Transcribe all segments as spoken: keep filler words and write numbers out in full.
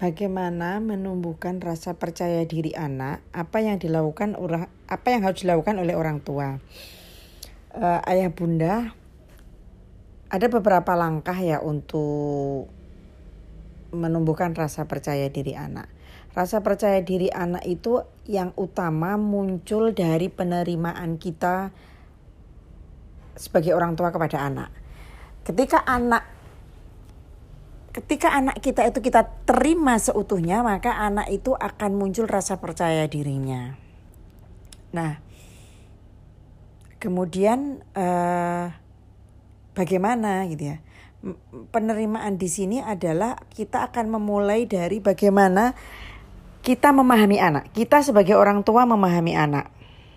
Bagaimana menumbuhkan rasa percaya diri anak? Apa yang dilakukan orang, apa yang harus dilakukan oleh orang tua? Uh, ayah bunda, ada beberapa langkah ya untuk menumbuhkan rasa percaya diri anak. Rasa percaya diri anak itu yang utama muncul dari penerimaan kita sebagai orang tua kepada anak. Ketika anak Ketika anak kita itu kita terima seutuhnya, maka anak itu akan muncul rasa percaya dirinya. Nah, kemudian eh, bagaimana gitu ya? Penerimaan di sini adalah kita akan memulai dari bagaimana kita memahami anak. Kita sebagai orang tua memahami anak.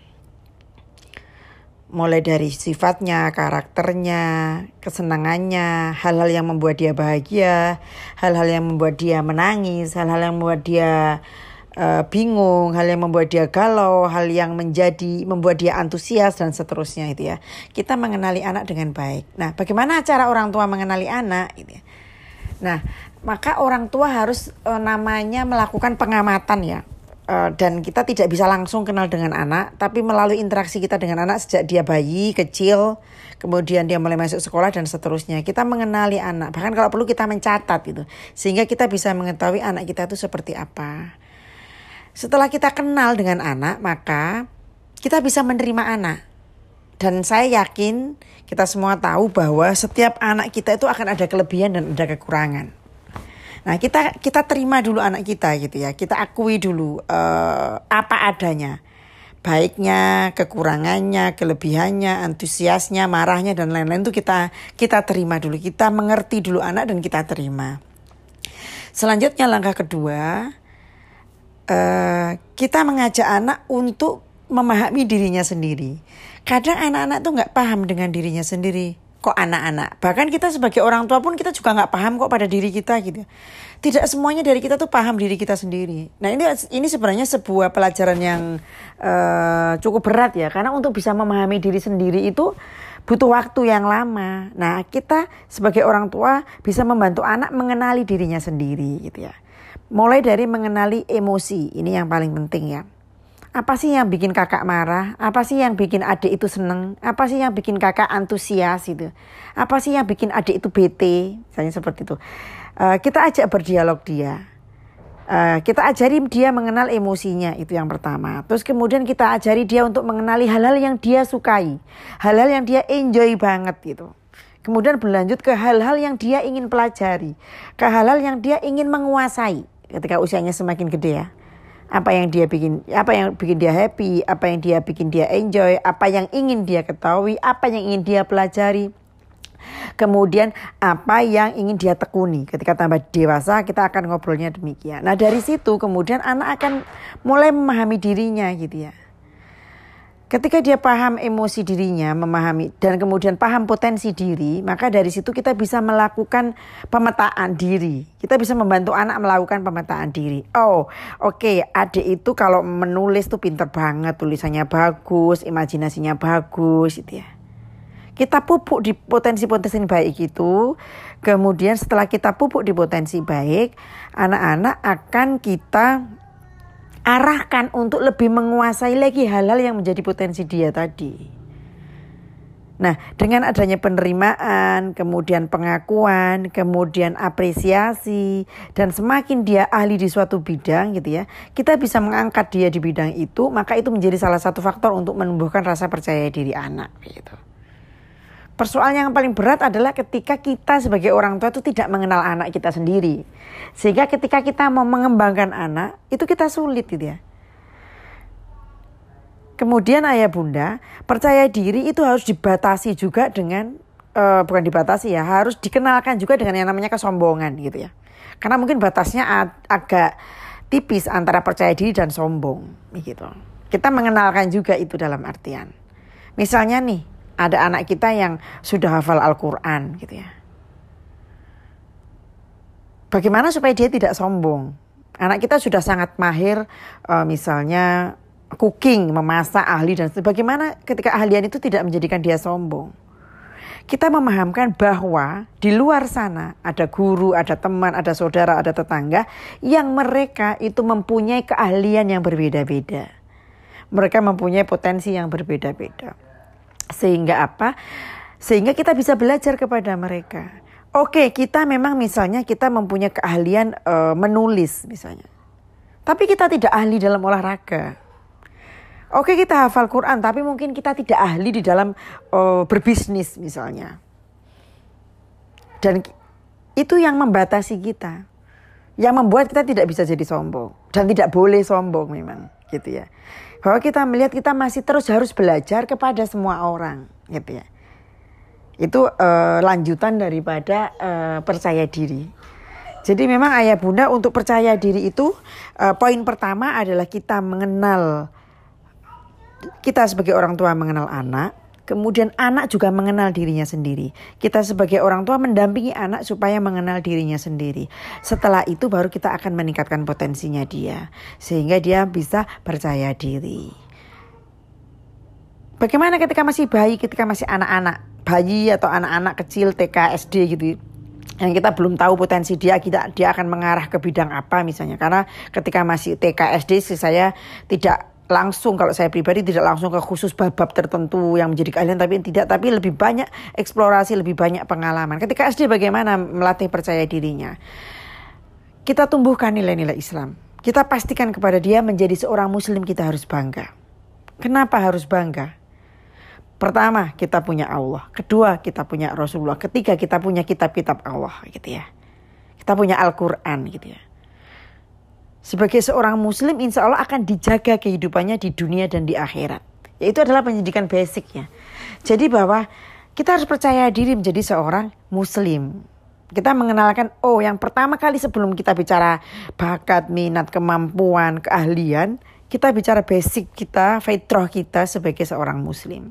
Mulai dari sifatnya, karakternya, kesenangannya, hal-hal yang membuat dia bahagia, hal-hal yang membuat dia menangis, hal-hal yang membuat dia uh, bingung, hal yang membuat dia galau, hal yang menjadi membuat dia antusias dan seterusnya itu ya. Kita mengenali anak dengan baik. Nah, bagaimana cara orang tua mengenali anak gitu ya? Nah, maka orang tua harus uh, namanya melakukan pengamatan ya. Uh, dan kita tidak bisa langsung kenal dengan anak, tapi melalui interaksi kita dengan anak sejak dia bayi, kecil, kemudian dia mulai masuk sekolah dan seterusnya. Kita mengenali anak, bahkan kalau perlu kita mencatat gitu, sehingga kita bisa mengetahui anak kita itu seperti apa. Setelah kita kenal dengan anak, maka kita bisa menerima anak. Dan saya yakin kita semua tahu bahwa setiap anak kita itu akan ada kelebihan dan ada kekurangan. Nah, kita kita terima dulu anak kita gitu ya. Kita akui dulu uh, apa adanya. Baiknya, kekurangannya, kelebihannya, antusiasnya, marahnya dan lain-lain itu kita kita terima dulu. Kita mengerti dulu anak dan kita terima. Selanjutnya langkah kedua, uh, kita mengajak anak untuk memahami dirinya sendiri. Kadang anak-anak tuh nggak paham dengan dirinya sendiri. Kok anak-anak, bahkan kita sebagai orang tua pun kita juga nggak paham kok pada diri kita gitu. Tidak semuanya dari kita tuh paham diri kita sendiri. Nah ini ini sebenarnya sebuah pelajaran yang uh, cukup berat ya, karena untuk bisa memahami diri sendiri itu butuh waktu yang lama. Nah kita sebagai orang tua bisa membantu anak mengenali dirinya sendiri gitu ya. Mulai dari mengenali emosi, ini yang paling penting ya. Apa sih yang bikin kakak marah? Apa sih yang bikin adik itu seneng? Apa sih yang bikin kakak antusias itu? Apa sih yang bikin adik itu bete? Misalnya seperti itu. Uh, kita ajak berdialog dia. Uh, kita ajari dia mengenal emosinya, itu yang pertama. Terus kemudian kita ajari dia untuk mengenali hal-hal yang dia sukai. Hal-hal yang dia enjoy banget gitu. Kemudian berlanjut ke hal-hal yang dia ingin pelajari. Ke hal-hal yang dia ingin menguasai ketika usianya semakin gede ya. Apa yang dia bikin, apa yang bikin dia happy, apa yang dia bikin dia enjoy, apa yang ingin dia ketahui, apa yang ingin dia pelajari. Kemudian apa yang ingin dia tekuni. Ketika tambah dewasa kita akan ngobrolnya demikian. Nah dari situ kemudian anak akan mulai memahami dirinya gitu ya. Ketika dia paham emosi dirinya, memahami dan kemudian paham potensi diri, maka dari situ kita bisa melakukan pemetaan diri. Kita bisa membantu anak melakukan pemetaan diri. Oh, oke, okay, adik itu kalau menulis tuh pinter banget, tulisannya bagus, imajinasinya bagus gitu ya. Kita pupuk di potensi-potensi baik itu, kemudian setelah kita pupuk di potensi baik, anak-anak akan kita arahkan untuk lebih menguasai lagi hal-hal yang menjadi potensi dia tadi. Nah, dengan adanya penerimaan, kemudian pengakuan, kemudian apresiasi, dan semakin dia ahli di suatu bidang gitu ya, kita bisa mengangkat dia di bidang itu, maka itu menjadi salah satu faktor untuk menumbuhkan rasa percaya diri anak gitu. Persoalan yang paling berat adalah ketika kita sebagai orang tua itu tidak mengenal anak kita sendiri. Sehingga ketika kita mau mengembangkan anak, itu kita sulit gitu ya. Kemudian ayah bunda, percaya diri itu harus dibatasi juga dengan, uh, bukan dibatasi ya, harus dikenalkan juga dengan yang namanya kesombongan gitu ya. Karena mungkin batasnya ag- agak tipis antara percaya diri dan sombong gitu. Kita mengenalkan juga itu dalam artian. Misalnya nih, ada anak kita yang sudah hafal Al-Quran gitu ya. Bagaimana supaya dia tidak sombong? Anak kita sudah sangat mahir uh, misalnya cooking, memasak, ahli dan sebagainya. Bagaimana ketika ahlian itu tidak menjadikan dia sombong? kita memahamkan bahwa di luar sana ada guru, ada teman, ada saudara, ada tetangga yang mereka itu mempunyai keahlian yang berbeda-beda. Mereka mempunyai potensi yang berbeda-beda. Sehingga apa? Sehingga kita bisa belajar kepada mereka. Oke, kita memang misalnya kita mempunyai keahlian e, menulis misalnya. Tapi kita tidak ahli dalam olahraga. Oke, kita hafal Quran, tapi mungkin kita tidak ahli di dalam uh, berbisnis misalnya. Dan itu yang membatasi kita. Yang membuat kita tidak bisa jadi sombong. Dan tidak boleh sombong memang, gitu ya. Bahwa kita melihat kita masih terus harus belajar kepada semua orang, gitu ya. Itu uh, lanjutan daripada uh, percaya diri. Jadi memang ayah bunda untuk percaya diri itu, uh, poin pertama adalah kita mengenal. Kita sebagai orang tua mengenal anak, kemudian anak juga mengenal dirinya sendiri. Kita sebagai orang tua mendampingi anak supaya mengenal dirinya sendiri. Setelah itu baru kita akan meningkatkan potensinya dia, sehingga dia bisa percaya diri. Bagaimana ketika masih bayi, ketika masih anak-anak, bayi atau anak-anak kecil T K, S D gitu, yang kita belum tahu potensi dia, kita, dia akan mengarah ke bidang apa misalnya. Karena ketika masih T K, S D saya tidak langsung, kalau saya pribadi tidak langsung ke khusus bab-bab tertentu yang menjadi keahlian, tapi tidak, tapi lebih banyak eksplorasi, lebih banyak pengalaman. Ketika S D bagaimana melatih percaya dirinya? Kita tumbuhkan nilai-nilai Islam. Kita pastikan kepada dia menjadi seorang muslim kita harus bangga. Kenapa harus bangga? Pertama, kita punya Allah. Kedua, kita punya Rasulullah. Ketiga, kita punya kitab-kitab Allah, gitu ya. Kita punya Al-Quran, gitu ya. Sebagai seorang muslim insya Allah akan dijaga kehidupannya di dunia dan di akhirat. Yaitu adalah pendidikan basicnya. Jadi bahwa kita harus percaya diri menjadi seorang muslim. Kita mengenalkan, oh yang pertama kali sebelum kita bicara bakat, minat, kemampuan, keahlian, kita bicara basic kita, fitrah kita sebagai seorang muslim.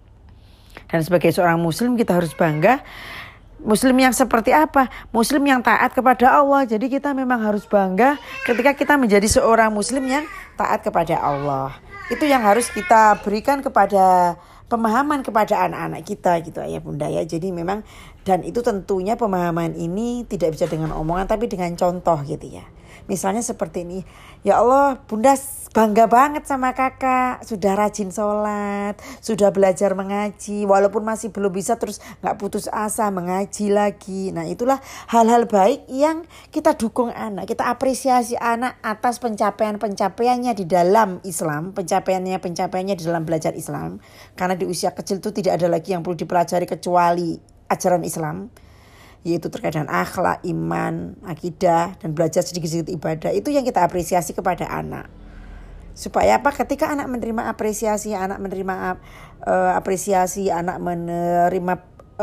Dan sebagai seorang muslim kita harus bangga. Muslim yang seperti apa? Muslim yang taat kepada Allah. Jadi kita memang harus bangga ketika kita menjadi seorang muslim yang taat kepada Allah. Itu yang harus kita berikan kepada pemahaman kepada anak-anak kita gitu ayah bunda ya. Jadi memang, dan itu tentunya pemahaman ini tidak bisa dengan omongan tapi dengan contoh gitu ya. Misalnya seperti ini, ya Allah bunda bangga banget sama kakak, sudah rajin sholat, sudah belajar mengaji, walaupun masih belum bisa terus gak putus asa mengaji lagi. Nah itulah hal-hal baik yang kita dukung anak, kita apresiasi anak atas pencapaian-pencapaiannya di dalam Islam, pencapaiannya-pencapaiannya di dalam belajar Islam. Karena di usia kecil itu tidak ada lagi yang perlu dipelajari kecuali ajaran Islam, yaitu terkait dengan akhlak, iman, akidah, dan belajar sedikit-sedikit ibadah. Itu yang kita apresiasi kepada anak. Supaya apa? Ketika anak menerima apresiasi, anak menerima uh, apresiasi, anak menerima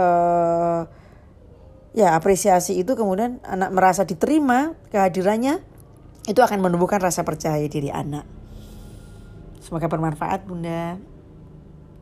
uh, ya apresiasi itu, kemudian anak merasa diterima kehadirannya, itu akan menumbuhkan rasa percaya diri anak. Semoga bermanfaat bunda.